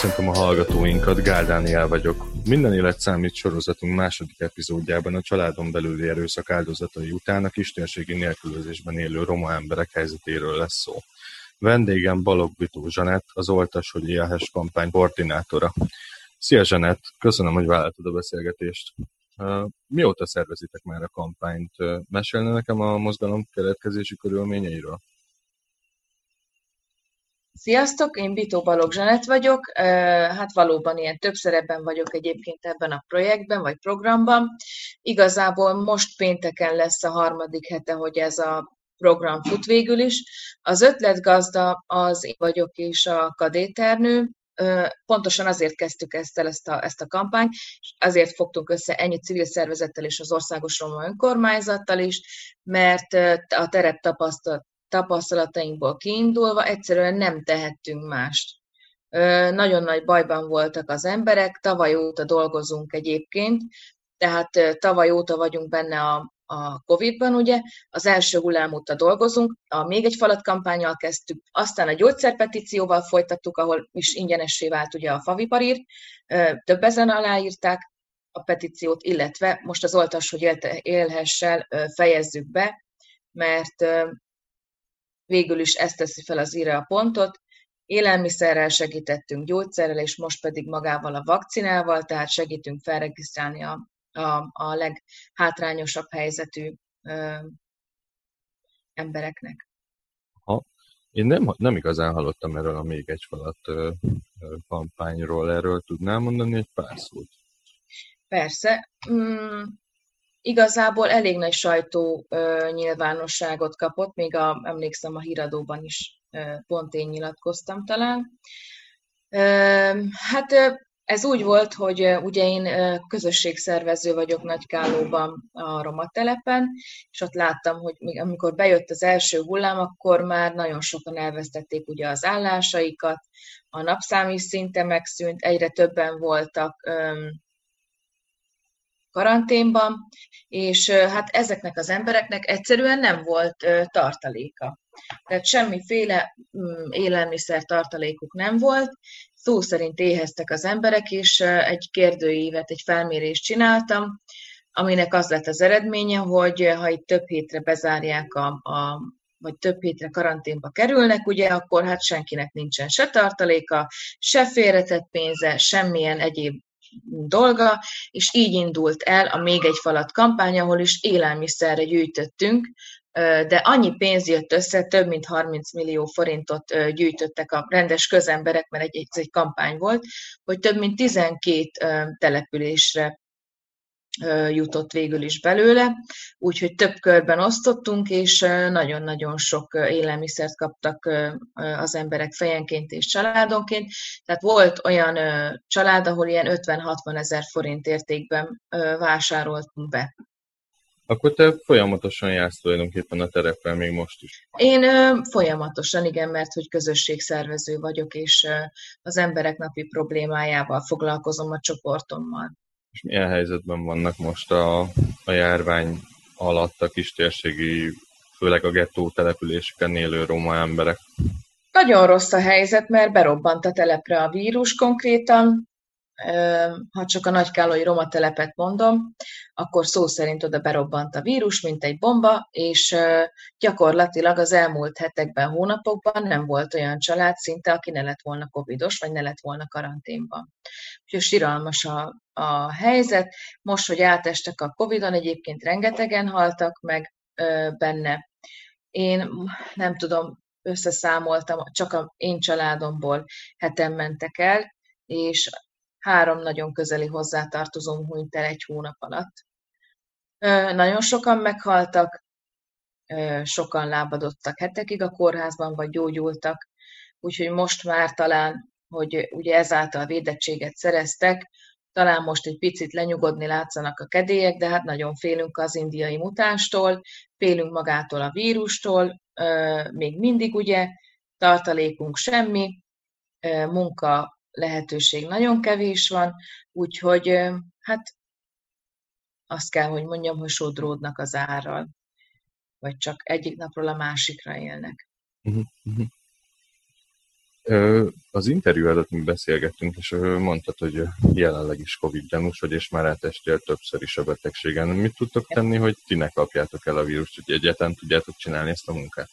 Köszöntöm a hallgatóinkat, Gál Dániel vagyok. Minden élet számít sorozatunk második epizódjában a családon belüli erőszak áldozatai után a kistérségi nélkülözésben élő roma emberek helyzetéről lesz szó. Vendégem Balogh Bitó Zsanett, az Oltass, hogy élhess kampány koordinátora. Szia Zsanett, köszönöm, hogy vállaltad a beszélgetést. Mióta szervezitek már a kampányt? Mesélne nekem a mozgalom keletkezési körülményeiről? Sziasztok, én Bitó Balogh Zsanett vagyok, hát valóban ilyen több szerepben vagyok egyébként ebben a projektben, vagy programban. Igazából most pénteken lesz a harmadik hete, hogy ez a program fut végül is. Az ötletgazda az én vagyok és a kadéternő. Pontosan azért kezdtük ezt a kampányt, és azért fogtunk össze ennyi civil szervezettel és az Országos Roma Önkormányzattal is, mert a terep tapasztalatainkból kiindulva egyszerűen nem tehettünk mást. Nagyon nagy bajban voltak az emberek, tavaly óta dolgozunk egyébként, tehát tavaly óta vagyunk benne a Covid-ban, ugye, az első hullám óta dolgozunk, a Még egy falat kampánnyal kezdtük, aztán a gyógyszerpetícióval folytattuk, ahol is ingyenessé vált ugye a favipapír, több ezen aláírták a petíciót, illetve most az Oltass, hogy élhessel fejezzük be, mert végül is ezt teszi fel az íre a pontot. Élelmiszerrel segítettünk, gyógyszerrel, és most pedig magával a vakcinával, tehát segítünk felregisztrálni a leghátrányosabb helyzetű embereknek. Én nem igazán hallottam erről a Még egy falat kampányról. Erről tudnál mondani egy pár szót? Persze. Igazából elég nagy sajtó nyilvánosságot kapott, még emlékszem a híradóban is pont én nyilatkoztam talán. Hát ez úgy volt, hogy ugye én közösségszervező vagyok Nagykállóban a roma telepen, és ott láttam, hogy amikor bejött az első hullám, akkor már nagyon sokan elvesztették ugye az állásaikat, a napszám is szinte megszűnt, egyre többen voltak karanténban, és hát ezeknek az embereknek egyszerűen nem volt tartaléka. Tehát semmiféle élelmiszer tartalékuk nem volt, szó szerint éheztek az emberek, és egy kérdőívet, egy felmérést csináltam, aminek az lett az eredménye, hogy ha itt több hétre bezárják vagy több hétre karanténba kerülnek, ugye, akkor hát senkinek nincsen se tartaléka, se félretett pénze, semmilyen egyéb dolga, és így indult el a Még egy falat kampány, ahol is élelmiszerre gyűjtöttünk, de annyi pénz jött össze, több mint 30 millió forintot gyűjtöttek a rendes közemberek, mert ez egy kampány volt, hogy több mint 12 településre jutott végül is belőle, úgyhogy több körben osztottunk, és nagyon-nagyon sok élelmiszert kaptak az emberek fejenként és családonként. Tehát volt olyan család, ahol ilyen 50-60 ezer forint értékben vásároltunk be. Akkor te folyamatosan jársz tulajdonképpen a terepen még most is? Én folyamatosan, igen, mert hogy közösségszervező vagyok, és az emberek napi problémájával foglalkozom a csoportommal. És milyen helyzetben vannak most a járvány alatt a kistérségi, főleg a gettó településeken élő roma emberek? Nagyon rossz a helyzet, mert berobbant a telepre a vírus konkrétan. Ha csak a nagykállói roma telepet mondom, akkor szó szerint oda berobbant a vírus, mint egy bomba, és gyakorlatilag az elmúlt hetekben, hónapokban nem volt olyan család szinte, aki ne lett volna covidos, vagy ne lett volna karanténban. Úgyhogy siralmas a helyzet. Most, hogy átestek a covidon, egyébként rengetegen haltak meg benne. Én nem tudom, összeszámoltam, csak az én családomból 7-en mentek el, és 3 nagyon közeli hozzátartozóm hunyt el egy hónap alatt. Nagyon sokan meghaltak, sokan lábadoztak hetekig a kórházban, vagy gyógyultak, úgyhogy most már talán, hogy ugye ezáltal védettséget szereztek, talán most egy picit lenyugodni látszanak a kedélyek, de hát nagyon félünk az indiai mutánstól, félünk magától a vírustól, még mindig ugye, tartalékunk semmi, munka lehetőség nagyon kevés van, úgyhogy hát azt kell, hogy mondjam, hogy sodródnak az árral, vagy csak egyik napról a másikra élnek. Az interjú előtt mi beszélgettünk, és mondtad, hogy jelenleg is Covid-gyanús vagy, és már átestél többször is a betegségen. Mit tudtok tenni, hogy ti ne kapjátok el a vírust, hogy egyáltalán tudjátok csinálni ezt a munkát?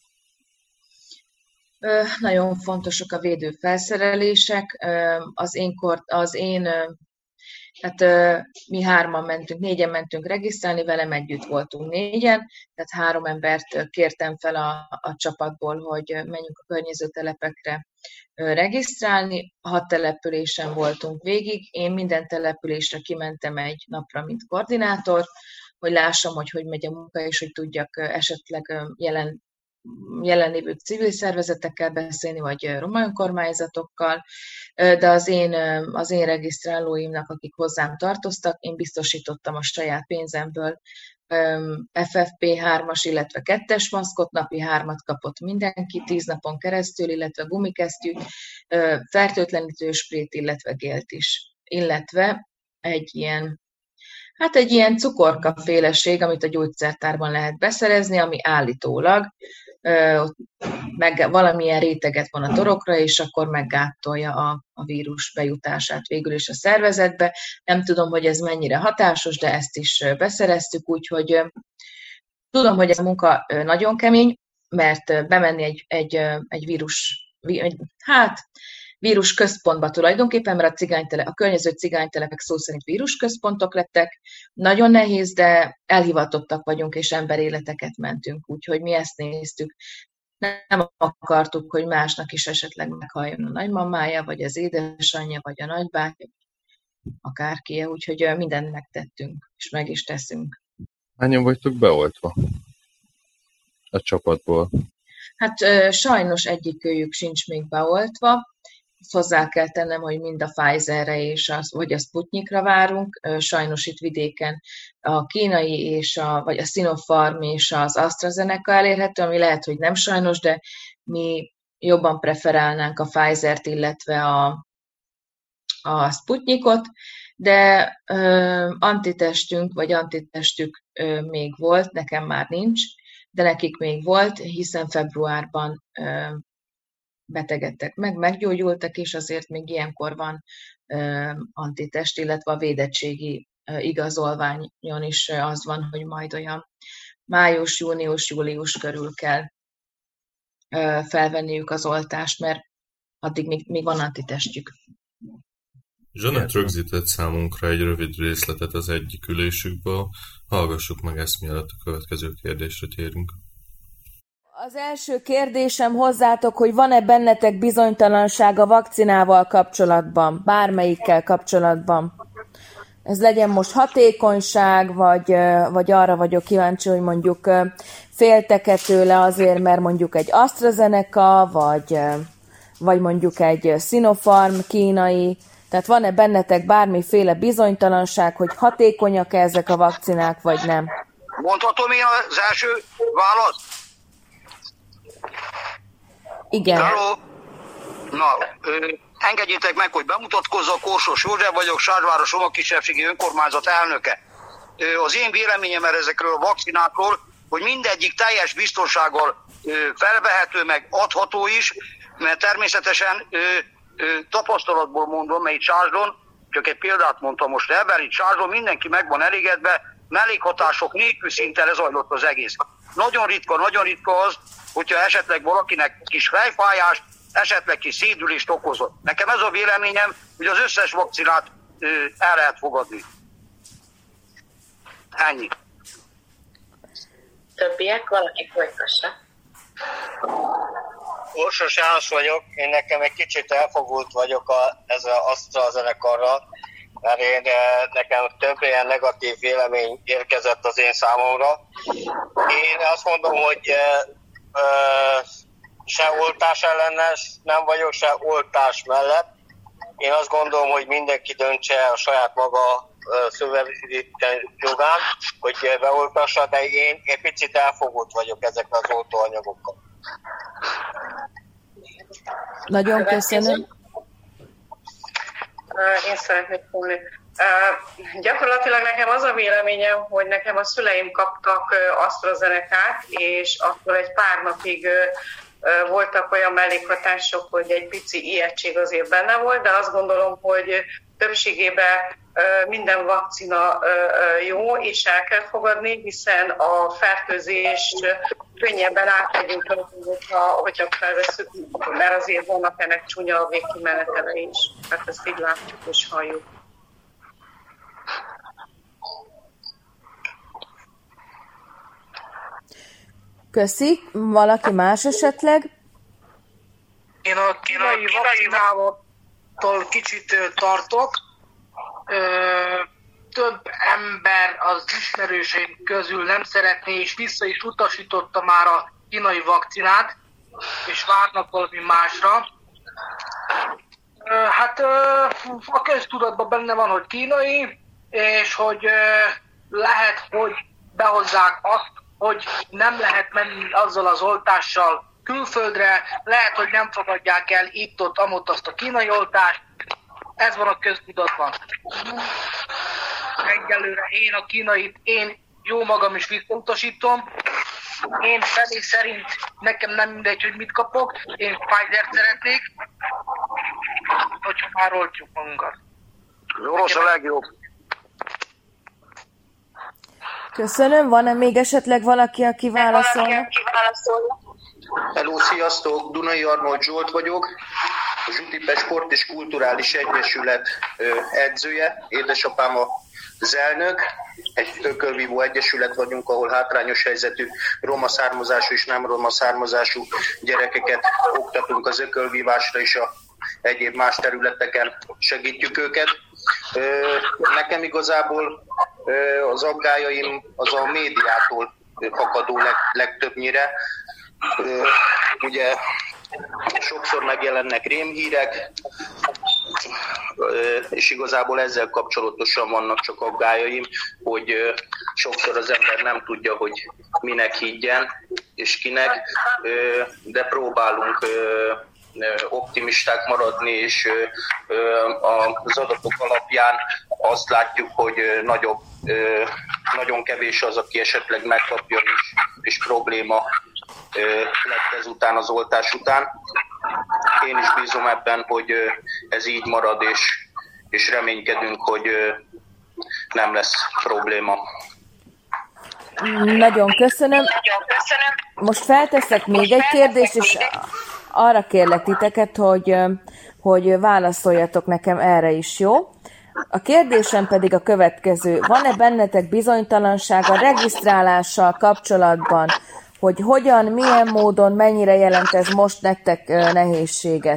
Nagyon fontosak a védőfelszerelések. Mi 3-an mentünk, 4-en mentünk regisztrálni, velem együtt voltunk 4-en, tehát 3 embert kértem fel a csapatból, hogy menjünk a környező telepekre regisztrálni. 6 településen voltunk végig, én minden településre kimentem egy napra, mint koordinátor, hogy lássam, hogy megy a munka, és hogy tudjak esetleg jelenlévő civil szervezetekkel beszélni, vagy roma önkormányzatokkal, de az én regisztrálóimnak, akik hozzám tartoztak, én biztosítottam a saját pénzemből FFP3-as, illetve 2-es maszkot, napi 3-at kapott mindenki, 10 napon keresztül, illetve gumikesztyűt, fertőtlenítő sprét, illetve gélt is, illetve egy ilyen cukorkaféleség, amit a gyógyszertárban lehet beszerezni, ami állítólag valamilyen réteget von a torokra, és akkor meggátolja a vírus bejutását végül is a szervezetbe. Nem tudom, hogy ez mennyire hatásos, de ezt is beszereztük, úgyhogy tudom, hogy ez a munka nagyon kemény, mert bemenni egy vírus központba tulajdonképpen, mert a környező cigánytelepek szó szerint vírusközpontok lettek. Nagyon nehéz, de elhivatottak vagyunk, és emberéleteket mentünk, úgyhogy mi ezt néztük. Nem akartuk, hogy másnak is esetleg meghalljon a nagymamája, vagy az édesanyja, vagy a nagybátyja, akárki, úgyhogy mindent megtettünk, és meg is teszünk. Hányan vagytok beoltva a csapatból? Hát sajnos egyikőjük sincs még beoltva. Hozzá kell tennem, hogy mind a Pfizerre vagy a Sputnikra várunk. Sajnos itt vidéken a kínai vagy a Sinopharm és az AstraZeneca elérhető, ami lehet, hogy nem sajnos, de mi jobban preferálnánk a Pfizert, illetve a Sputnikot, de antitestük még volt, nekem már nincs, de nekik még volt, hiszen februárban betegedtek meggyógyultak, és azért még ilyenkor van antitest, illetve a védettségi igazolványon is az van, hogy majd olyan május, június, július körül kell felvenniük az oltást, mert addig még van antitestjük. Zsanett rögzített számunkra egy rövid részletet az egyik ülésükből. Hallgassuk meg ezt, mielőtt a következő kérdésre térünk. Az első kérdésem hozzátok, hogy van-e bennetek bizonytalanság a vakcinával kapcsolatban, bármelyikkel kapcsolatban? Ez legyen most hatékonyság, vagy arra vagyok kíváncsi, hogy mondjuk féltek-e tőle azért, mert mondjuk egy AstraZeneca, vagy mondjuk egy Sinopharm kínai. Tehát van-e bennetek bármiféle bizonytalanság, hogy hatékonyak-e ezek a vakcinák, vagy nem? Mondhatom én az első választ? Igen. Halló. Engedjétek meg, hogy bemutatkozzak, Korsos József vagyok, Sázsváros Roma Kisebbségi Önkormányzat elnöke. Az én véleményem ezekről a vakcinákról, hogy mindegyik teljes biztonsággal felvehető, meg adható is, mert természetesen tapasztalatból mondom, mert itt Sázslón, csak egy példát mondtam most ebben, itt Sázslón mindenki meg van elégedve, mellékhatások nélkül szinte lezajlott az egész. Nagyon ritka az, hogyha esetleg valakinek kis fejfájást, esetleg kis szédülést okozott. Nekem ez a véleményem, hogy az összes vakcinát el lehet fogadni. Ennyi. Többiek, valaki folytassa. Orsos János vagyok, én nekem egy kicsit elfogult vagyok ez az AstraZeneca-ra, mert nekem több ilyen negatív vélemény érkezett az én számomra. Én azt mondom, hogy se oltás ellenes nem vagyok, se oltás mellett. Én azt gondolom, hogy mindenki döntse a saját maga szuverenitás jogán, hogy beoltassa, de én egy picit elfogult vagyok ezekkel az oltóanyagokkal. Nagyon köszönöm. Én szeretnék szólni. Gyakorlatilag nekem az a véleményem, hogy nekem a szüleim kaptak AstraZenecát, és akkor egy pár napig voltak olyan mellékhatások, hogy egy pici ijegység azért benne volt, de azt gondolom, hogy többségében minden vakcina jó, és el kell fogadni, hiszen a fertőzést könnyebben átmegyünk, hogyha felveszünk, mert azért vannak ennek csúnya végkimenetele is. Hát ezt így látjuk és halljuk. Köszi. Valaki más esetleg? Én a kínai vakcinától kicsit tartok. Több ember az ismerőseim közül nem szeretné, és vissza is utasította már a kínai vakcinát, és várnak valami másra. Hát a köztudatban benne van, hogy kínai, és hogy lehet, hogy behozzák azt, hogy nem lehet menni azzal az oltással külföldre, lehet, hogy nem fogadják el itt-ott, amott azt a kínai oltást. Ez van a köztudatban. Egyelőre én a kínait, jó magam is visszautasítom. Én személy szerint nekem nem mindegy, hogy mit kapok. Én Pfizer-t szeretnék, hogyha már oltjuk magunkat. Orosz a legjobb. Köszönöm. Van-e még esetleg valaki, aki válaszolna? Hello, sziasztok! Dunai Arnold Zsolt vagyok, a Zsutipe Sport és Kulturális Egyesület edzője, édesapám az elnök, egy ökölvívó egyesület vagyunk, ahol hátrányos helyzetű roma származású és nem roma származású gyerekeket oktatunk az ökölvívásra és a egyéb más területeken segítjük őket. Nekem igazából az aggályaim az a médiától fakadó legtöbbnyire. Ugye sokszor megjelennek rémhírek, és igazából ezzel kapcsolatosan vannak csak aggályaim, hogy sokszor az ember nem tudja, hogy minek higgyen és kinek, de próbálunk optimisták maradni, és az adatok alapján azt látjuk, hogy nagyon kevés az, aki esetleg megkapja, és probléma lett ezután az oltás után. Én is bízom ebben, hogy ez így marad, és reménykedünk, hogy nem lesz probléma. Nagyon köszönöm. Most felteszek még egy kérdést, és arra kérlek titeket, hogy válaszoljatok nekem erre is, jó? A kérdésem pedig a következő. Van-e bennetek bizonytalanság a regisztrálással kapcsolatban, hogy hogyan, milyen módon, mennyire jelent ez most nektek nehézséget?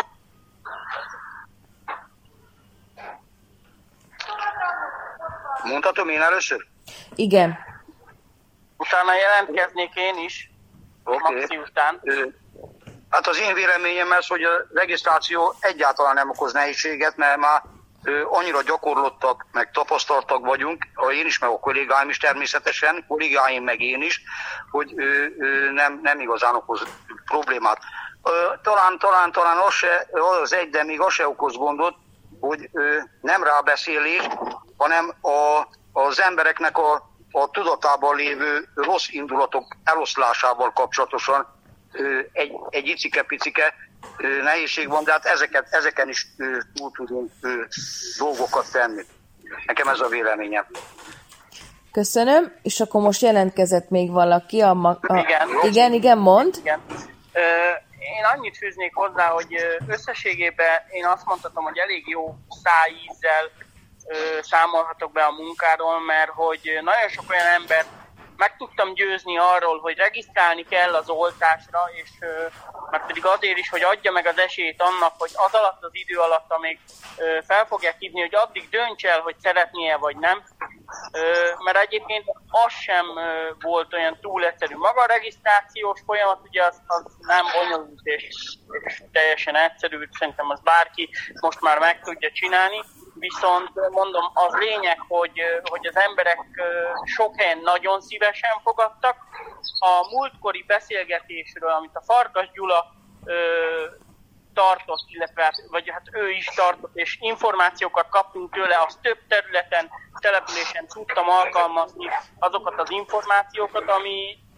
Mondhatom én először? Igen. Utána jelentkeznék én is, Maxi után. Hát az én véleményem ez, hogy a regisztráció egyáltalán nem okoz nehézséget, mert már annyira gyakorlottak, meg tapasztaltak vagyunk, én is, meg a kollégáim is természetesen, kollégáim meg én is, hogy nem igazán okoz problémát. Talán az egy, de még az se okoz gondot, hogy nem rábeszélés, hanem az embereknek a tudatában lévő rossz indulatok eloszlásával kapcsolatosan egy icike-picike nehézség van, de hát ezeken is túl tudunk dolgokat tenni. Nekem ez a véleményem. Köszönöm, és akkor most jelentkezett még valaki. Igen, mondd. Igen. Én annyit fűznék hozzá, hogy összességében én azt mondhatom, hogy elég jó szájízzel számolhatok be a munkáról, mert hogy nagyon sok olyan ember meg tudtam győzni arról, hogy regisztrálni kell az oltásra, és meg pedig azért is, hogy adja meg az esélyt annak, hogy az alatt az idő alatt, amíg fel fogják hívni, hogy addig dönts el, hogy szeretnie vagy nem. Mert egyébként az sem volt olyan túl egyszerű. Maga a regisztrációs folyamat, ugye az nem bonyolult és teljesen egyszerű, szerintem az bárki most már meg tudja csinálni. Viszont mondom, az lényeg, hogy az emberek sok helyen nagyon szívesen fogadtak. A múltkori beszélgetésről, amit a Farkas Gyula tartott, illetve vagy hát ő is tartott, és információkat kaptunk tőle, az több területen, településen tudtam alkalmazni azokat az információkat, ami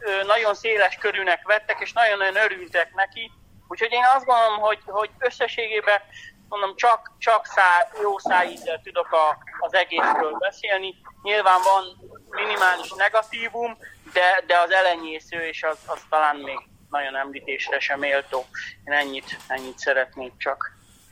nagyon széles körűnek vettek, és nagyon örültek neki. Úgyhogy én azt gondolom, hogy összességében mondom, csak jó szájízzel tudok az egészről beszélni. Nyilván van minimális negatívum, de az elenyésző, és az talán még nagyon említésre sem méltó. Én ennyit szeretnék csak.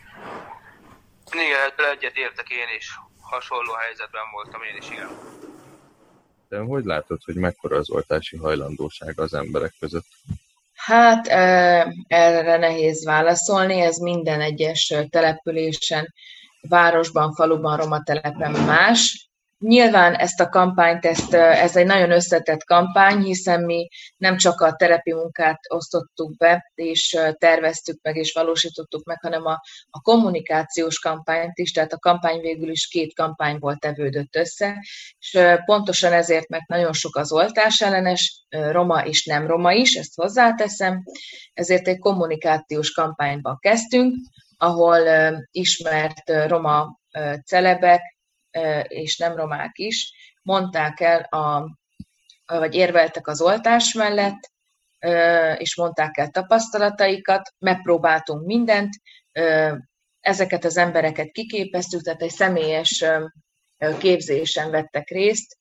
Igen, egyet értek én is. Hasonló helyzetben voltam én is, igen. De hogy látod, hogy mekkora az oltási hajlandóság az emberek között? Hát erre nehéz válaszolni, ez minden egyes településen, városban, faluban, roma telepen más. Nyilván ezt a kampányt, ez egy nagyon összetett kampány, hiszen mi nem csak a telepi munkát osztottuk be, és terveztük meg, és valósítottuk meg, hanem a kommunikációs kampányt is, tehát a kampány végül is 2 kampányból tevődött össze, és pontosan ezért, mert nagyon sok az oltás ellenes, roma és nem roma is, ezt hozzáteszem, ezért egy kommunikációs kampányba kezdtünk, ahol ismert roma celebek, és nem romák is, mondták el, vagy érveltek az oltás mellett, és mondták el tapasztalataikat, megpróbáltunk mindent, ezeket az embereket kiképeztük, tehát egy személyes képzésen vettek részt,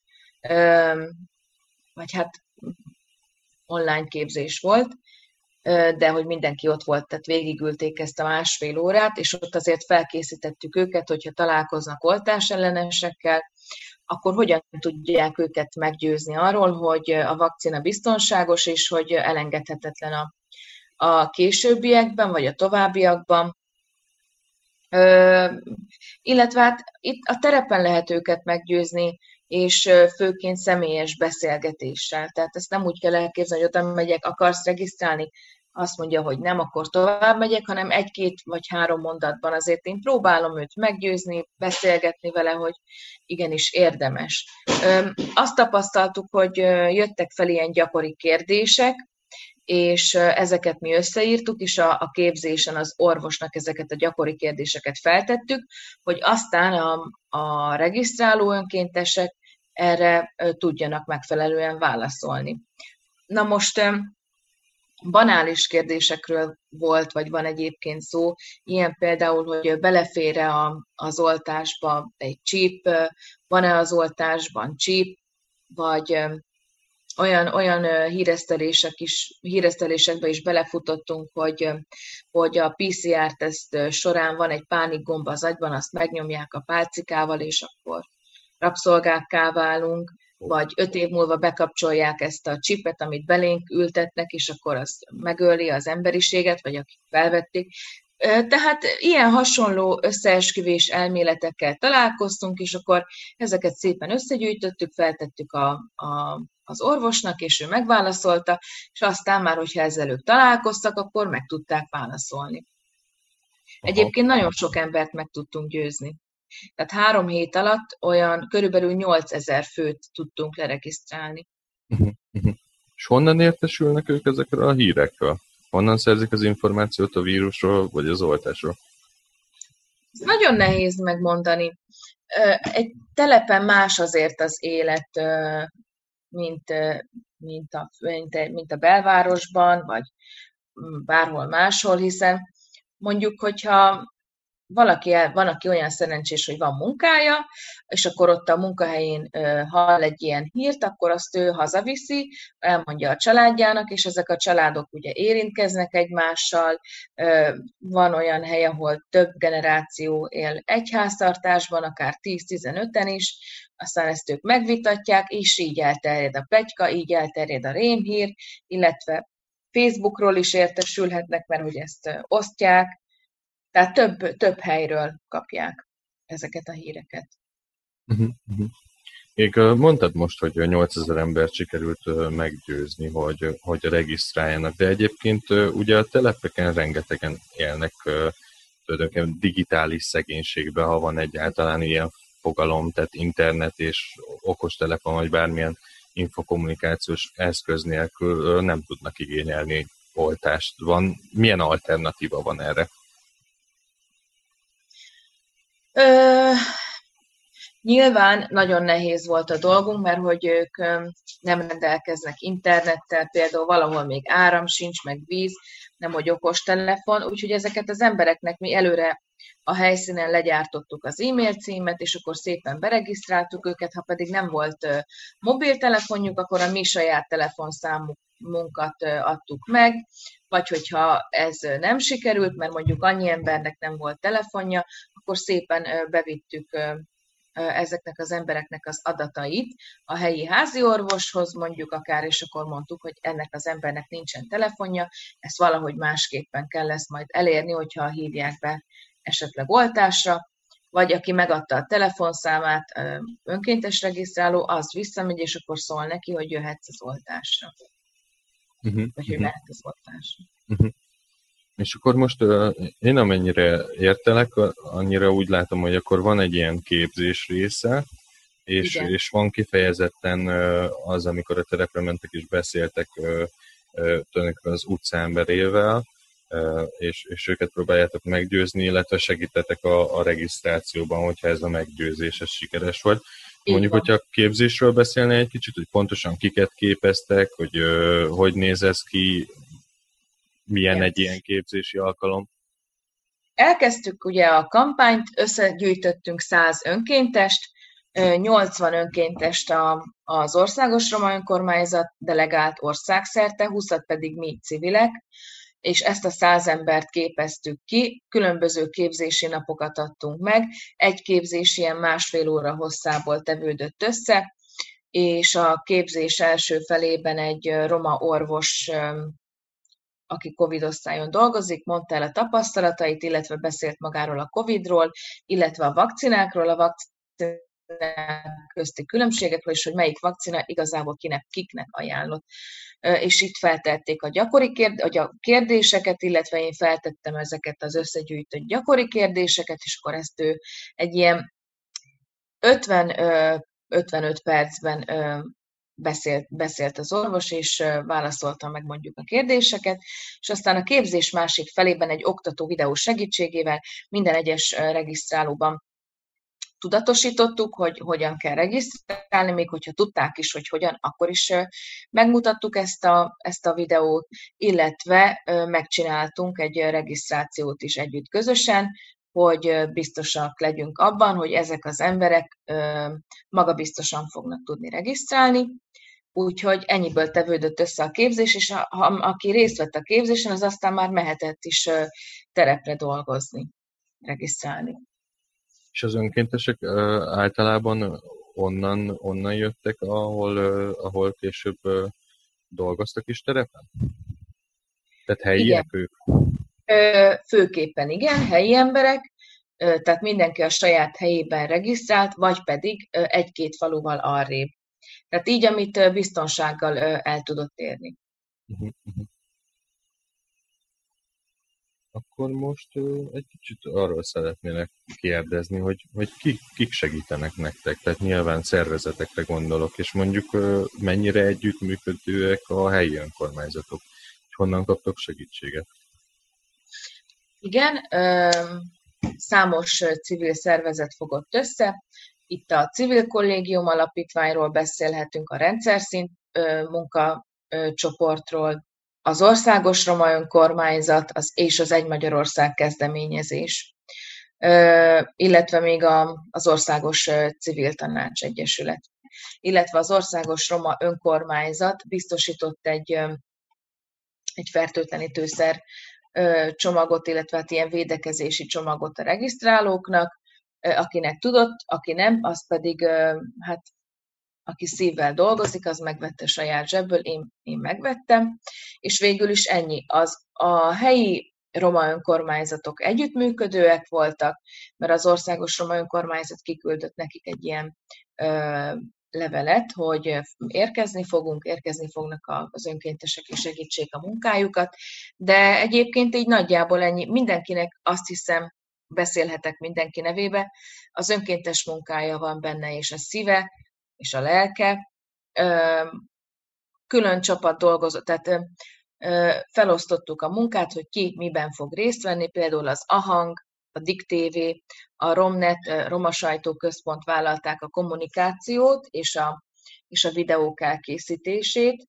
vagy hát online képzés volt, de hogy mindenki ott volt, tehát végigülték ezt a 1,5 órát, és ott azért felkészítettük őket, hogyha találkoznak oltásellenesekkel, akkor hogyan tudják őket meggyőzni arról, hogy a vakcina biztonságos, és hogy elengedhetetlen a későbbiekben, vagy a továbbiakban. Illetve hát itt a terepen lehet őket meggyőzni, és főként személyes beszélgetéssel. Tehát ezt nem úgy kell elképzelni, hogy oda megyek, akarsz regisztrálni, azt mondja, hogy nem, akkor tovább megyek, hanem 1, 2 vagy 3 mondatban azért én próbálom őt meggyőzni, beszélgetni vele, hogy igenis érdemes. Azt tapasztaltuk, hogy jöttek fel ilyen gyakori kérdések, és ezeket mi összeírtuk, és a képzésen az orvosnak ezeket a gyakori kérdéseket feltettük, hogy aztán a regisztráló önkéntesek erre tudjanak megfelelően válaszolni. Na most banális kérdésekről volt, vagy van egyébként szó, ilyen például, hogy belefér-e az oltásba egy csíp, van-e az oltásban csíp, vagy olyan híresztelésekbe is belefutottunk, hogy a PCR-teszt során van egy pánikgomba az agyban, azt megnyomják a pálcikával, és akkor rabszolgákká válunk, vagy 5 év múlva bekapcsolják ezt a csipet, amit belénk ültetnek, és akkor az megöli az emberiséget, vagy akik felvették. Tehát ilyen hasonló összeesküvés elméletekkel találkoztunk, és akkor ezeket szépen összegyűjtöttük, feltettük az orvosnak, és ő megválaszolta, és aztán már, hogyha ezzel ők találkoztak, akkor meg tudták válaszolni. Egyébként nagyon sok embert meg tudtunk győzni. Tehát 3 hét alatt olyan körülbelül 8000 főt tudtunk leregisztrálni. És honnan értesülnek ők ezekről a hírekről? Honnan szerzik az információt a vírusról, vagy az oltásról? Ez nagyon nehéz megmondani. Egy telepen más azért az élet, mint a belvárosban, vagy bárhol máshol, hiszen mondjuk, hogyha van, aki olyan szerencsés, hogy van munkája, és akkor ott a munkahelyén hall egy ilyen hírt, akkor azt ő hazaviszi, elmondja a családjának, és ezek a családok ugye érintkeznek egymással. Van olyan hely, ahol több generáció él egy háztartásban, akár 10-15-en is, aztán ezt ők megvitatják, és így elterjed a pletyka, így elterjed a rémhír, illetve Facebookról is értesülhetnek, mert hogy ezt osztják. Tehát több helyről kapják ezeket a híreket. Még mondtad most, hogy 8000 embert sikerült meggyőzni, hogy regisztráljanak, de egyébként ugye a telepeken rengetegen élnek tulajdonképpen digitális szegénységben, ha van egyáltalán ilyen fogalom, tehát internet és okostelefon, vagy bármilyen infokommunikációs eszköz nélkül nem tudnak igényelni oltást. Milyen alternatíva van erre? Nyilván nagyon nehéz volt a dolgunk, mert hogy ők nem rendelkeznek internettel, például valahol még áram sincs, meg víz, nem hogy okostelefon, úgyhogy ezeket az embereknek mi előre a helyszínen legyártottuk az e-mail címet, és akkor szépen beregisztráltuk őket, ha pedig nem volt mobiltelefonjuk, akkor a mi saját telefonszámunkat adtuk meg, vagy hogyha ez nem sikerült, mert mondjuk annyi embernek nem volt telefonja, akkor szépen bevittük ezeknek az embereknek az adatait a helyi háziorvoshoz mondjuk akár, és akkor mondtuk, hogy ennek az embernek nincsen telefonja, ezt valahogy másképpen kell ezt majd elérni, hogyha hívják be esetleg oltásra, vagy aki megadta a telefonszámát, önkéntes regisztráló, az visszamegy, és akkor szól neki, hogy jöhetsz az oltásra. Vagy hogy mehet az oltásra. És akkor most én amennyire értelek, annyira úgy látom, hogy akkor van egy ilyen képzés része, és van kifejezetten az, amikor a terepre mentek és beszéltek tulajdonképpen az utcaemberével, és őket próbáljátok meggyőzni, illetve segítetek a regisztrációban, hogyha ez a meggyőzés ez sikeres volt. Mondjuk, hogyha a képzésről beszélne egy kicsit, hogy pontosan kiket képeztek, hogy néz ez ki, milyen egy ilyen képzési alkalom? Elkezdtük ugye a kampányt, összegyűjtöttünk 100 önkéntest, 80 önkéntest az Országos Roma Önkormányzat delegált országszerte, 20 pedig mi civilek, és ezt a 100 embert képeztük ki, különböző képzési napokat adtunk meg, egy képzés ilyen 1,5 óra hosszából tevődött össze, és a képzés első felében egy roma orvos, aki Covid osztályon dolgozik, mondta el a tapasztalatait, illetve beszélt magáról a Covidról, illetve a vakcinákról, a vakcinák közti különbségekről, és hogy melyik vakcina igazából kiknek ajánlott. És itt feltették a gyakori kérdéseket, illetve én feltettem ezeket az összegyűjtött gyakori kérdéseket, és akkor ezt ő egy ilyen 50-55 percben beszélt az orvos, és válaszolta meg mondjuk a kérdéseket, és aztán a képzés másik felében egy oktató videó segítségével minden egyes regisztrálóban tudatosítottuk, hogy hogyan kell regisztrálni, még hogyha tudták is, hogy hogyan, akkor is megmutattuk ezt a videót, illetve megcsináltunk egy regisztrációt is együtt közösen, hogy biztosak legyünk abban, hogy ezek az emberek magabiztosan fognak tudni regisztrálni. Úgyhogy ennyiből tevődött össze a képzés, és aki részt vett a képzésen, az aztán már mehetett is terepre dolgozni, regisztrálni. És az önkéntesek általában onnan jöttek, ahol később dolgoztak is terepen? Tehát helyiek ők? Főképpen igen, helyi emberek, tehát mindenki a saját helyében regisztrált, vagy pedig egy-két faluval arrébb. Tehát így, amit biztonsággal el tudott érni. Akkor most egy kicsit arról szeretnének kérdezni, hogy kik segítenek nektek, tehát nyilván szervezetekre gondolok, és mondjuk mennyire együttműködőek a helyi önkormányzatok, és honnan kaptok segítséget? Igen, számos civil szervezet fogott össze. Itt a Civil Kollégium Alapítványról beszélhetünk, a rendszerszint munkacsoportról, az Országos Roma Önkormányzat és az Egy Magyarország kezdeményezés, illetve még az Országos Civil Tanács Egyesület. Illetve az Országos Roma Önkormányzat biztosított egy fertőtlenítőszer csomagot, illetve hát ilyen védekezési csomagot a regisztrálóknak, akinek tudott, aki nem, az pedig, hát aki szívvel dolgozik, az megvette saját zsebből, én megvettem, és végül is ennyi. A helyi roma önkormányzatok együttműködőek voltak, mert az Országos Roma Önkormányzat kiküldött nekik egy ilyen levelet, hogy érkezni fognak az önkéntesek és segítsék a munkájukat, de egyébként így nagyjából ennyi. Mindenkinek azt hiszem, beszélhetek mindenki nevébe, az önkéntes munkája van benne, és a szíve, és a lelke. Külön csapat dolgozott, tehát felosztottuk a munkát, hogy ki miben fog részt venni, például az AHANG, a DIK TV, a Romnet, Roma Sajtóközpont vállalták a kommunikációt és a videók elkészítését.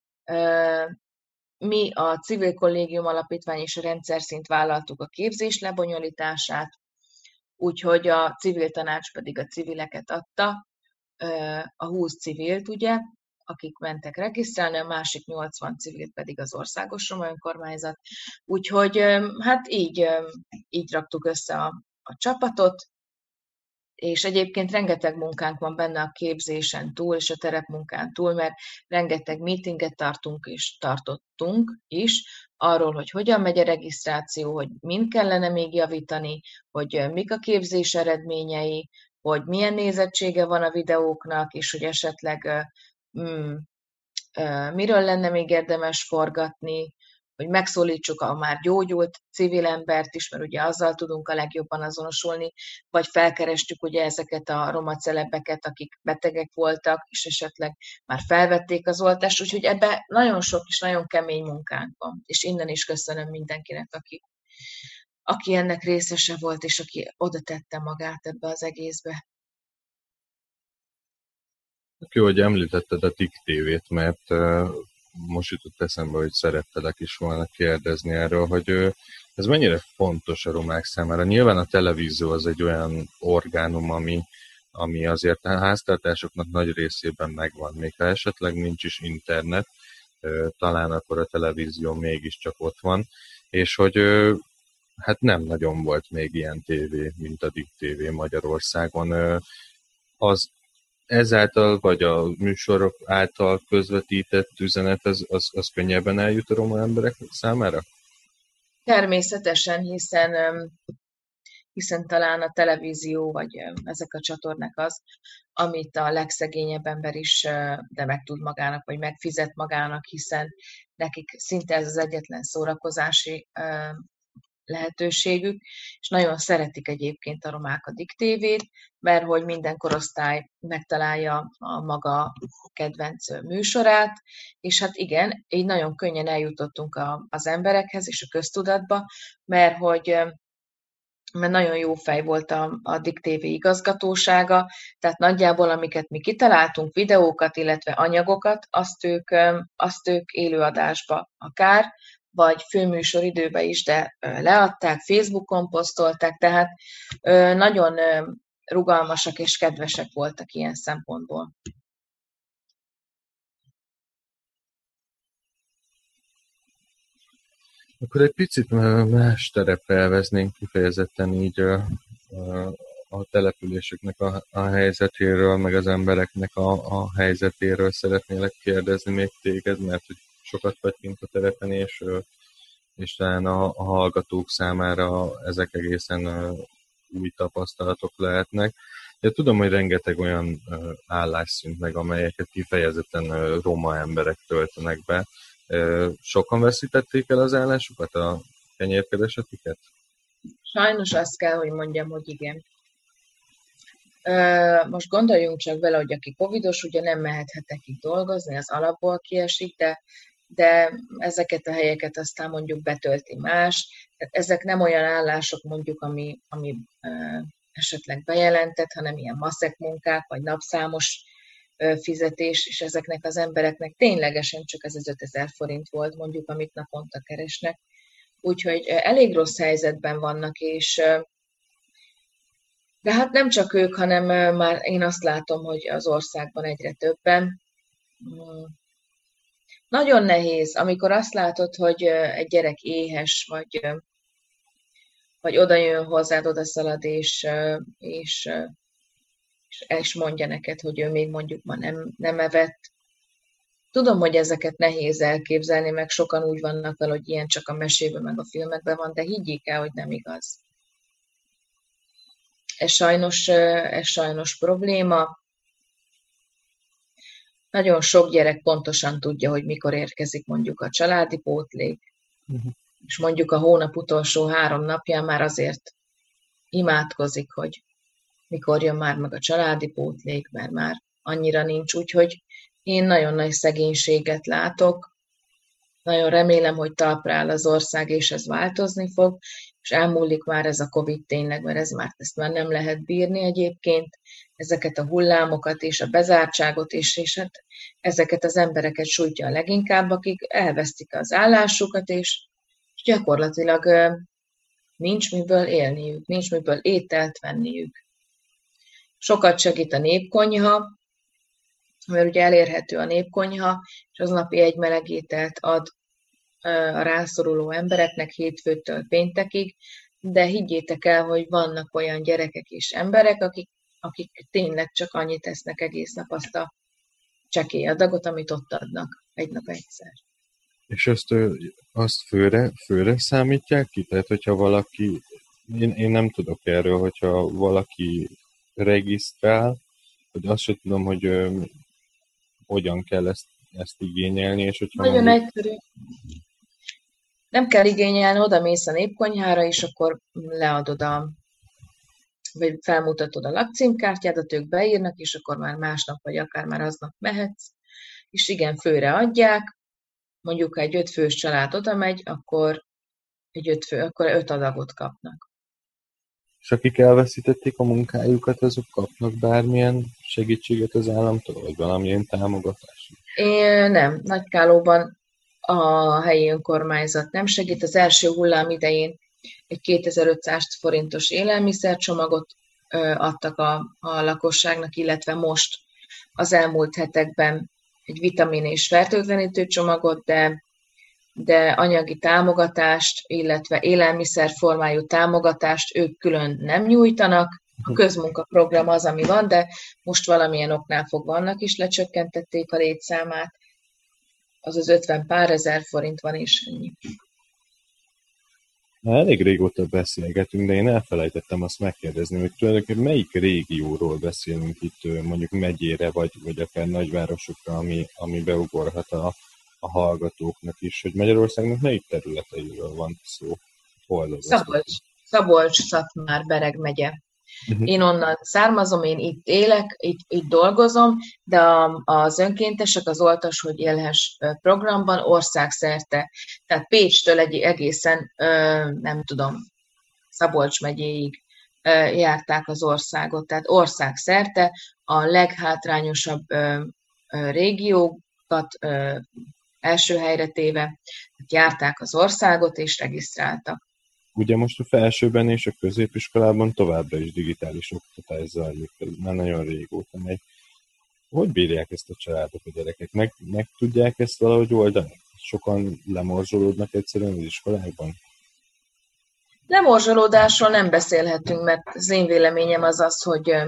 Mi a Civil Kollégium Alapítvány és a rendszer szint vállaltuk a képzés lebonyolítását, úgyhogy a civil tanács pedig a civileket adta, a 20 civilt, ugye, akik mentek regisztrálni, a másik 80 civilt pedig az Országos Roma Önkormányzat. Úgyhogy hát így raktuk össze a csapatot, és egyébként rengeteg munkánk van benne a képzésen túl, és a terepmunkán túl, mert rengeteg meetinget tartottunk is, arról, hogy hogyan megy a regisztráció, hogy mind kellene még javítani, hogy mik a képzés eredményei, hogy milyen nézettsége van a videóknak, és hogy esetleg miről lenne még érdemes forgatni, hogy megszólítsuk a már gyógyult civil embert is, mert ugye azzal tudunk a legjobban azonosulni, vagy felkerestük ugye ezeket a roma celebeket, akik betegek voltak, és esetleg már felvették az oltást, úgyhogy ebben nagyon sok és nagyon kemény munkánk van, és innen is köszönöm mindenkinek, aki ennek részese volt, és aki oda tette magát ebbe az egészbe. Jó, hogy említetted a DIK TV-t, mert most jutott eszembe, hogy szerettelek is volna kérdezni erről, hogy ez mennyire fontos a romák számára. Nyilván a televízió az egy olyan orgánum, ami azért a háztartásoknak nagy részében megvan. Még ha esetleg nincs is internet, talán akkor a televízió mégiscsak ott van, és hogy hát nem nagyon volt még ilyen tévé, mint a DIK TV Magyarországon. Az ezáltal, vagy a műsorok által közvetített üzenet, az könnyebben eljut a roma emberek számára? Természetesen, hiszen talán a televízió, vagy ezek a csatornák az, amit a legszegényebb ember is de meg tud magának, vagy megfizet magának, hiszen nekik szinte ez az egyetlen szórakozási lehetőségük, és nagyon szeretik egyébként a romák a DIK TV-t, mert hogy minden korosztály megtalálja a maga kedvenc műsorát, és hát igen, így nagyon könnyen eljutottunk az emberekhez és a köztudatba, mert nagyon jó fej volt a DIK TV igazgatósága, tehát nagyjából amiket mi kitaláltunk, videókat, illetve anyagokat, azt ők élőadásba akár, vagy főműsoridőben is, de leadták, Facebookon posztolták, tehát nagyon rugalmasak és kedvesek voltak ilyen szempontból. Akkor egy picit más terepre elveznénk kifejezetten így a településeknek a helyzetéről, meg az embereknek a helyzetéről szeretnélek kérdezni még téged, mert hogy sokat vagy kint a terepen, és talán a hallgatók számára ezek egészen új tapasztalatok lehetnek. De tudom, hogy rengeteg olyan állás szűnt meg, amelyeket kifejezetten roma emberek töltenek be. Sokan veszítették el az állásukat, a kenyérkeresetüket? Sajnos azt kell, hogy mondjam, hogy igen. Most gondoljunk csak bele, hogy aki covidos, ugye nem mehet hetekig dolgozni, az alapból kiesik, de ezeket a helyeket aztán mondjuk betölti más. Tehát ezek nem olyan állások mondjuk, ami esetleg bejelentett, hanem ilyen maszek munkák, vagy napszámos fizetés, és ezeknek az embereknek ténylegesen csak ez az 5000 forint volt, mondjuk, amit naponta keresnek. Úgyhogy elég rossz helyzetben vannak, de hát nem csak ők, hanem már én azt látom, hogy az országban egyre többen. Nagyon nehéz, amikor azt látod, hogy egy gyerek éhes, vagy oda jön hozzád, odaszalad, és mondja neked, hogy ő még mondjuk ma nem evett. Tudom, hogy ezeket nehéz elképzelni, meg sokan úgy vannak vele, hogy ilyen csak a mesében, meg a filmekben van, de higgyék el, hogy nem igaz. Ez sajnos probléma. Nagyon sok gyerek pontosan tudja, hogy mikor érkezik mondjuk a családi pótlék, és mondjuk a hónap utolsó 3 napján már azért imádkozik, hogy mikor jön már meg a családi pótlék, mert már annyira nincs, úgyhogy én nagyon nagy szegénységet látok. Nagyon remélem, hogy talpra áll az ország, és ez változni fog, és elmúlik már ez a Covid tényleg, mert ezt már nem lehet bírni egyébként, ezeket a hullámokat és a bezártságot és hát ezeket az embereket sújtja a leginkább, akik elvesztik az állásukat, és gyakorlatilag nincs miből élniük, nincs miből ételt venniük. Sokat segít a népkonyha, mert ugye elérhető a népkonyha, és az napi egy meleg ételt ad a rászoruló embereknek hétfőtől péntekig, de higgyétek el, hogy vannak olyan gyerekek és emberek, akik tényleg csak annyit tesznek egész nap, azt a csekély adagot, amit ott adnak egy nap egyszer. És azt főre számítják ki? Tehát, hogyha valaki, én nem tudok erről, hogyha valaki regisztrál, hogy azt sem tudom, hogy hogyan kell ezt igényelni, és hogyha nagyon egyszerű. Nem kell igényelni, oda mész a népkonyhára, és akkor leadod vagy felmutatod a lakcímkártyádat, ők beírnak, és akkor már másnap, vagy akár már aznap mehetsz, és igen, főre adják, mondjuk ha egy 5 fős család oda megy, akkor 5 adagot kapnak. És akik elveszítették a munkájukat, azok kapnak bármilyen segítséget az államtól, vagy valamilyen támogatást? Nem, Nagykállóban a helyi önkormányzat nem segít. Az első hullám idején egy 2500 forintos élelmiszercsomagot adtak a lakosságnak, illetve most az elmúlt hetekben egy vitamin és fertőtlenítő csomagot, de anyagi támogatást, illetve élelmiszer formájú támogatást ők külön nem nyújtanak. A közmunkaprogram az, ami van, de most valamilyen oknál fogva annak is lecsökkentették a létszámát. Az 50 pár ezer forint van, és ennyi. Elég régóta beszélgetünk, de én elfelejtettem azt megkérdezni, hogy tulajdonképpen melyik régióról beszélünk itt, mondjuk megyére, vagy akár nagyvárosokra, ami beugorhat a hallgatóknak is, hogy Magyarországnak melyik területeiről van szó? Szabolcs-Szatmár, Bereg megye. Én onnan származom, én itt élek, itt dolgozom, de az önkéntesek az Oltas, hogy élhess programban országszerte, tehát Pécstől egészen, nem tudom, Szabolcs megyéig járták az országot, tehát országszerte a leghátrányosabb régiókat első helyre téve járták az országot és regisztráltak. Ugye most a felsőben és a középiskolában továbbra is digitális oktatás zajlik, ez már nagyon régóta megy. Hogy bírják ezt a családok, a gyerekek? Meg tudják ezt valahogy oldani? Sokan lemorzsolódnak egyszerűen az iskolákban? Lemorzsolódásról nem beszélhetünk, mert az én véleményem az,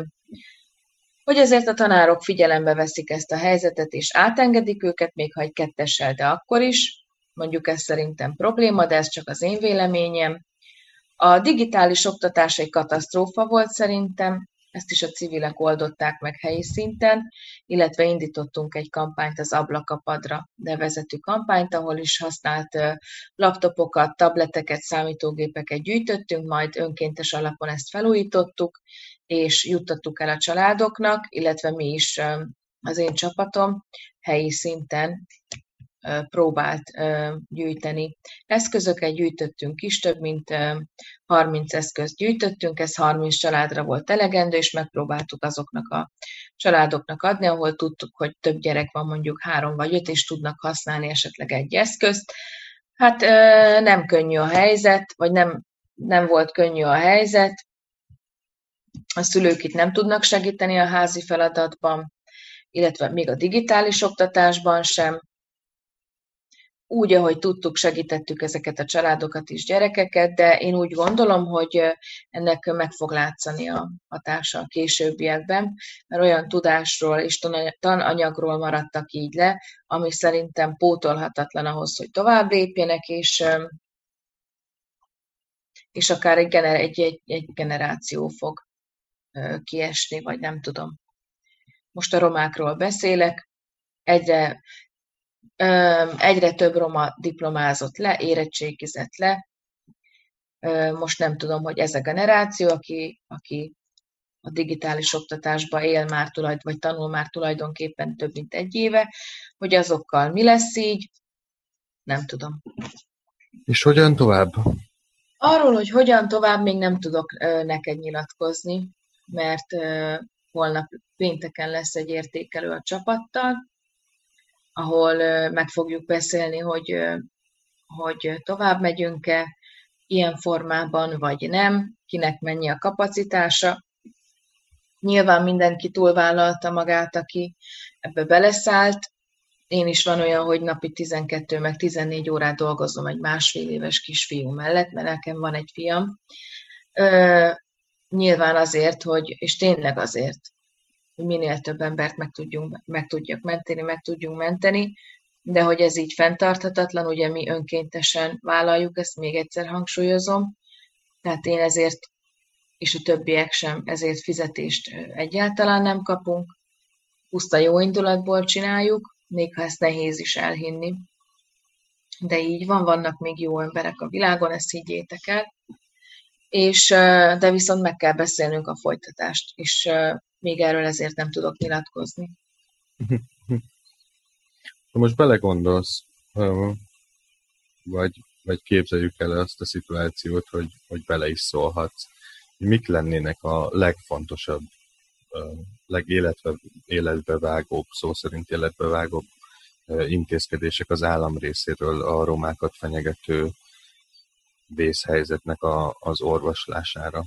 hogy ezért a tanárok figyelembe veszik ezt a helyzetet, és átengedik őket, még ha egy 2-essel, de akkor is. Mondjuk ez szerintem probléma, de ez csak az én véleményem. A digitális oktatás egy katasztrófa volt szerintem, ezt is a civilek oldották meg helyi szinten, illetve indítottunk egy kampányt, az Ablakapadra nevezetű kampányt, ahol is használt laptopokat, tableteket, számítógépeket gyűjtöttünk, majd önkéntes alapon ezt felújítottuk, és juttattuk el a családoknak, illetve mi is, az én csapatom helyi szinten próbált gyűjteni. Eszközöket gyűjtöttünk is, több mint 30 eszközt gyűjtöttünk, ez 30 családra volt elegendő, és megpróbáltuk azoknak a családoknak adni, ahol tudtuk, hogy több gyerek van, mondjuk 3 vagy 5, és tudnak használni esetleg egy eszközt. Hát nem könnyű a helyzet, vagy nem volt könnyű a helyzet, a szülők itt nem tudnak segíteni a házi feladatban, illetve még a digitális oktatásban sem. Úgy, ahogy tudtuk, segítettük ezeket a családokat és gyerekeket, de én úgy gondolom, hogy ennek meg fog látszani a hatása a későbbiekben, mert olyan tudásról és tananyagról maradtak így le, ami szerintem pótolhatatlan ahhoz, hogy tovább lépjenek, és akár egy generáció fog kiesni, vagy nem tudom. Most a romákról beszélek, egyre több roma diplomázott le, érettségizett le. Most nem tudom, hogy ez a generáció, aki a digitális oktatásba él már vagy tanul már tulajdonképpen több mint 1 éve, hogy azokkal mi lesz így, nem tudom. És hogyan tovább? Arról, hogy hogyan tovább, még nem tudok neked nyilatkozni, mert holnap pénteken lesz egy értékelő a csapattal, ahol meg fogjuk beszélni, hogy tovább megyünk-e ilyen formában, vagy nem, kinek mennyi a kapacitása. Nyilván mindenki túlvállalta magát, aki ebbe beleszállt. Én is van olyan, hogy napi 12 meg 14 órát dolgozom egy 1,5 éves kisfiú mellett, mert nekem van egy fiam. Nyilván azért, és tényleg azért, hogy minél több embert meg tudjunk menteni, de hogy ez így fenntarthatatlan, ugye mi önkéntesen vállaljuk, ezt még egyszer hangsúlyozom, tehát én ezért, és a többiek sem, ezért fizetést egyáltalán nem kapunk, puszta jó indulatból csináljuk, még ha ezt nehéz is elhinni. De így van, vannak még jó emberek a világon, ezt higgyétek el. De viszont meg kell beszélnünk a folytatást, és még erről ezért nem tudok nyilatkozni. Most belegondolsz, vagy képzeljük el azt a szituációt, hogy bele is szólhatsz. Mik lennének a legfontosabb, életbevágóbb, szó szerint életbevágóbb intézkedések az állam részéről a romákat fenyegető vészhelyzetnek az orvoslására?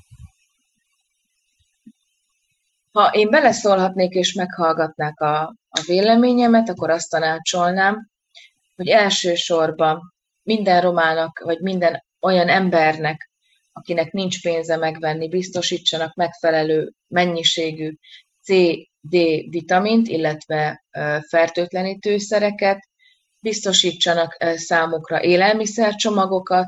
Ha én beleszólhatnék és meghallgatnák a véleményemet, akkor azt tanácsolnám, hogy elsősorban minden romának, vagy minden olyan embernek, akinek nincs pénze megvenni, biztosítsanak megfelelő mennyiségű C-D vitamint, illetve fertőtlenítőszereket, biztosítsanak számukra élelmiszercsomagokat,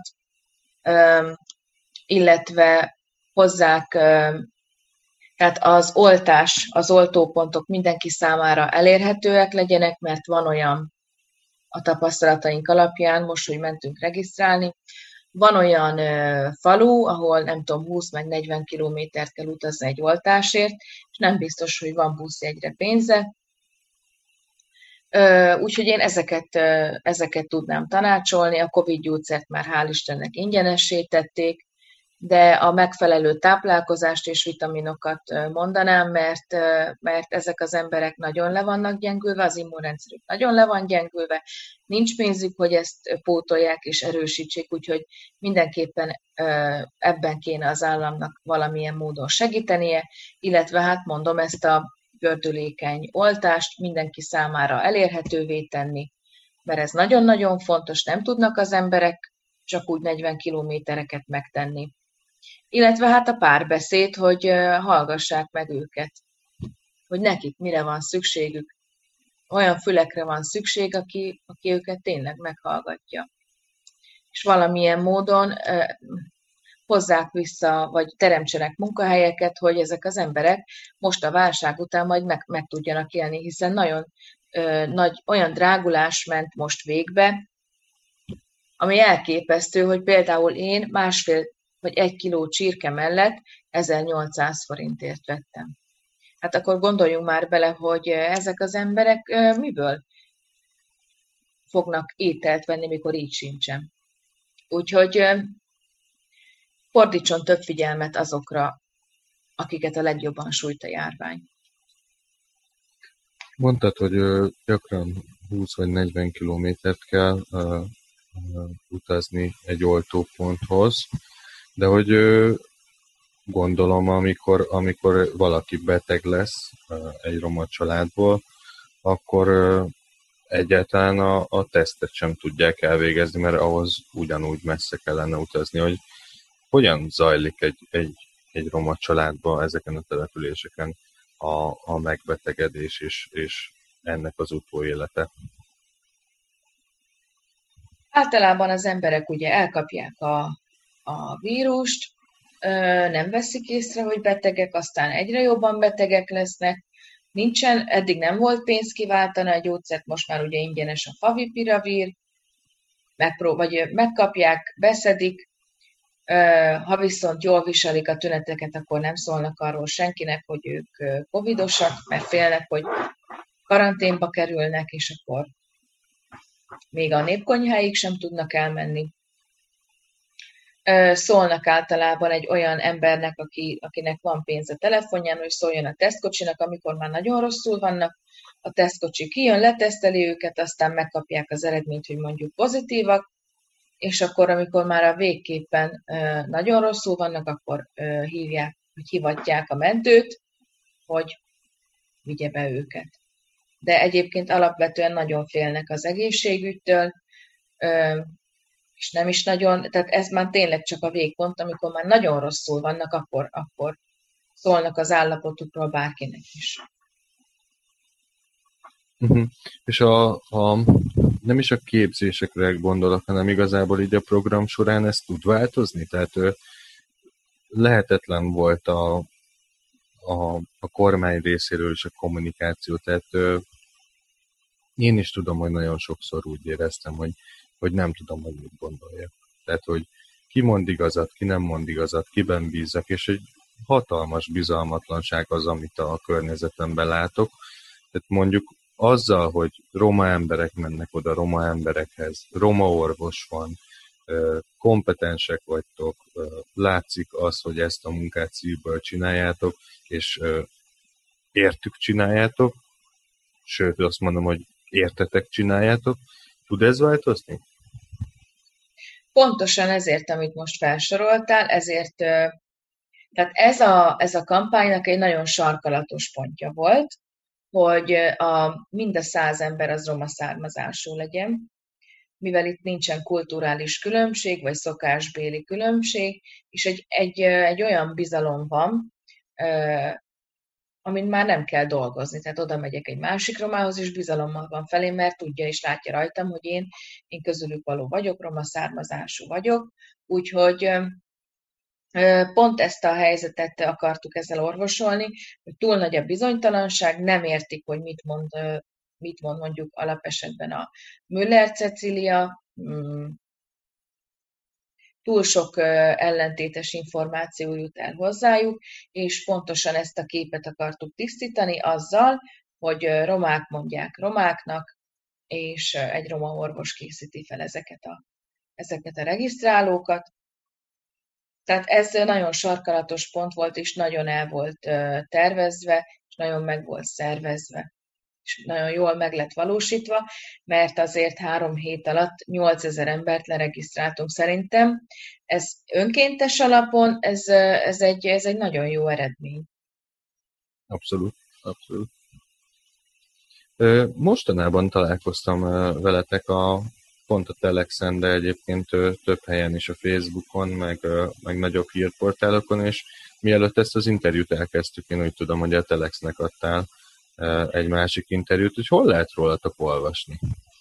illetve hozzák, tehát az oltópontok mindenki számára elérhetőek legyenek, mert van olyan a tapasztalataink alapján, most, hogy mentünk regisztrálni, van olyan falu, ahol nem tudom, 20 meg 40 kilométert kell utazni egy oltásért, és nem biztos, hogy van buszjegyre pénze. Úgyhogy én ezeket tudnám tanácsolni. A Covid gyógyszert már hál' Istennek ingyenessé tették, de a megfelelő táplálkozást és vitaminokat mondanám, mert ezek az emberek nagyon le vannak gyengülve, az immunrendszerük nagyon le van gyengülve, nincs pénzük, hogy ezt pótolják és erősítsék, úgyhogy mindenképpen ebben kéne az államnak valamilyen módon segítenie, illetve hát mondom, ezt a gördülékeny oltást mindenki számára elérhetővé tenni, mert ez nagyon-nagyon fontos, nem tudnak az emberek csak úgy 40 kilométereket megtenni. Illetve hát a párbeszéd, hogy hallgassák meg őket, hogy nekik mire van szükségük. Olyan fülekre van szükség, aki őket tényleg meghallgatja. És valamilyen módon hozzák vissza, vagy teremtsenek munkahelyeket, hogy ezek az emberek most a válság után majd meg tudjanak élni, hiszen nagyon nagy olyan drágulás ment most végbe, ami elképesztő, hogy például én 1,5 vagy 1 kiló csirke mellett 1800 forintért vettem. Hát akkor gondoljunk már bele, hogy ezek az emberek miből fognak ételt venni, mikor így sincsen. Úgyhogy fordítson több figyelmet azokra, akiket a legjobban sújt a járvány. Mondtad, hogy gyakran 20 vagy 40 kilométert kell utazni egy oltóponthoz, de hogy gondolom, amikor valaki beteg lesz egy roma családból, akkor egyáltalán a tesztet sem tudják elvégezni, mert ahhoz ugyanúgy messze kellene utazni, hogy hogyan zajlik egy roma családban ezeken a településeken a megbetegedés és ennek az utóélete. Általában az emberek ugye elkapják a vírust, nem veszik észre, hogy betegek, aztán egyre jobban betegek lesznek. Eddig nem volt pénz kiváltani a gyógyszert, most már ugye ingyenes a favipiravir, vagy megkapják, beszedik, ha viszont jól viselik a tüneteket, akkor nem szólnak arról senkinek, hogy ők covidosak, mert félnek, hogy karanténba kerülnek, és akkor még a népkonyháig sem tudnak elmenni. szólnak általában egy olyan embernek, akinek van pénz a telefonján, hogy szóljon a tesztkocsinak, amikor már nagyon rosszul vannak. A tesztkocsi kijön, leteszteli őket, aztán megkapják az eredményt, hogy mondjuk pozitívak, és akkor, amikor már a végképpen nagyon rosszul vannak, akkor hivatják a mentőt, hogy vigye be őket. De egyébként alapvetően nagyon félnek az egészségügytől, és nem is nagyon, tehát ez már tényleg csak a végpont, amikor már nagyon rosszul vannak, akkor szólnak az állapotukról bárkinek is. Uh-huh. És nem is a képzésekre gondolok, hanem igazából így a program során ez tud változni? Tehát lehetetlen volt a kormány részéről is a kommunikáció, tehát én is tudom, hogy nagyon sokszor úgy éreztem, hogy nem tudom, hogy mit gondoljak. Tehát, hogy ki mond igazat, ki nem mond igazat, kiben bízzak, és egy hatalmas bizalmatlanság az, amit a környezetemben látok. Tehát mondjuk azzal, hogy roma emberek mennek oda roma emberekhez, roma orvos van, kompetensek vagytok, látszik az, hogy ezt a munkát szívből csináljátok, és értük csináljátok, sőt azt mondom, hogy értetek csináljátok. Tud ez változni? Pontosan ezért, amit most felsoroltál, ezért, tehát ez a kampánynak egy nagyon sarkalatos pontja volt, hogy mind a 100 ember az roma származású legyen, mivel itt nincsen kulturális különbség, vagy szokásbéli különbség, és egy olyan bizalom van, amin már nem kell dolgozni. Tehát oda megyek egy másik romához, és bizalommal van felém, mert tudja és látja rajtam, hogy én közülük való vagyok, roma származású vagyok. Úgyhogy pont ezt a helyzetet akartuk ezzel orvosolni, hogy túl nagy a bizonytalanság, nem értik, hogy mit mond mondjuk alapesetben a Müller Cecília, túl sok ellentétes információ jut el hozzájuk, és pontosan ezt a képet akartuk tisztítani azzal, hogy romák mondják romáknak, és egy roma orvos készíti fel ezeket a regisztrálókat. Tehát ez nagyon sarkalatos pont volt, és nagyon el volt tervezve, és nagyon meg volt szervezve, és nagyon jól meg lett valósítva, mert azért 3 hét alatt 8000 embert leregisztráltunk. Szerintem ez önkéntes alapon, ez egy nagyon jó eredmény. Abszolút, abszolút. Mostanában találkoztam veletek pont a Telexen, de egyébként több helyen is a Facebookon, meg nagyobb hírportálokon, és mielőtt ezt az interjút elkezdtük, én úgy tudom, hogy a Telexnek adtál egy másik interjút, hogy hol lehet rólatok olvasni?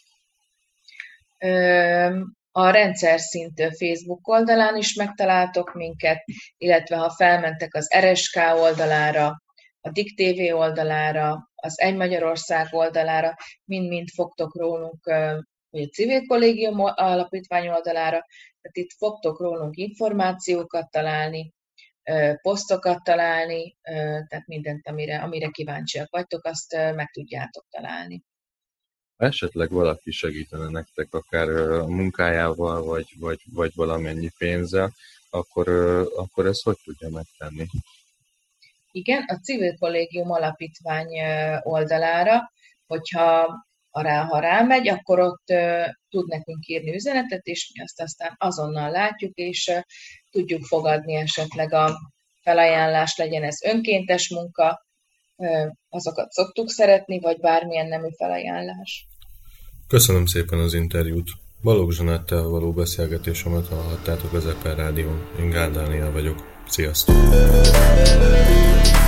A rendszer szint Facebook oldalán is megtaláltok minket, illetve ha felmentek az RSK oldalára, a DIK TV oldalára, az Egy Magyarország oldalára, mind-mind fogtok rólunk, vagy a Civil Kollégium Alapítvány oldalára, tehát itt fogtok rólunk információkat találni, posztokat találni, tehát mindent, amire kíváncsiak vagytok, azt meg tudjátok találni. Esetleg valaki segítene nektek akár a munkájával, vagy valamennyi pénzzel, akkor ezt hogy tudja megtenni? Igen, a Civil Kollégium Alapítvány oldalára, ha rámegy, akkor ott tud nekünk írni üzenetet, és mi azt aztán azonnal látjuk, és tudjuk fogadni esetleg a felajánlást, legyen ez önkéntes munka, azokat szoktuk szeretni, vagy bármilyen nemű felajánlás. Köszönöm szépen az interjút. Balogh Zsanettel való beszélgetésemet hallhattátok az Eper Rádión. Én Gál Dániel vagyok. Sziasztok!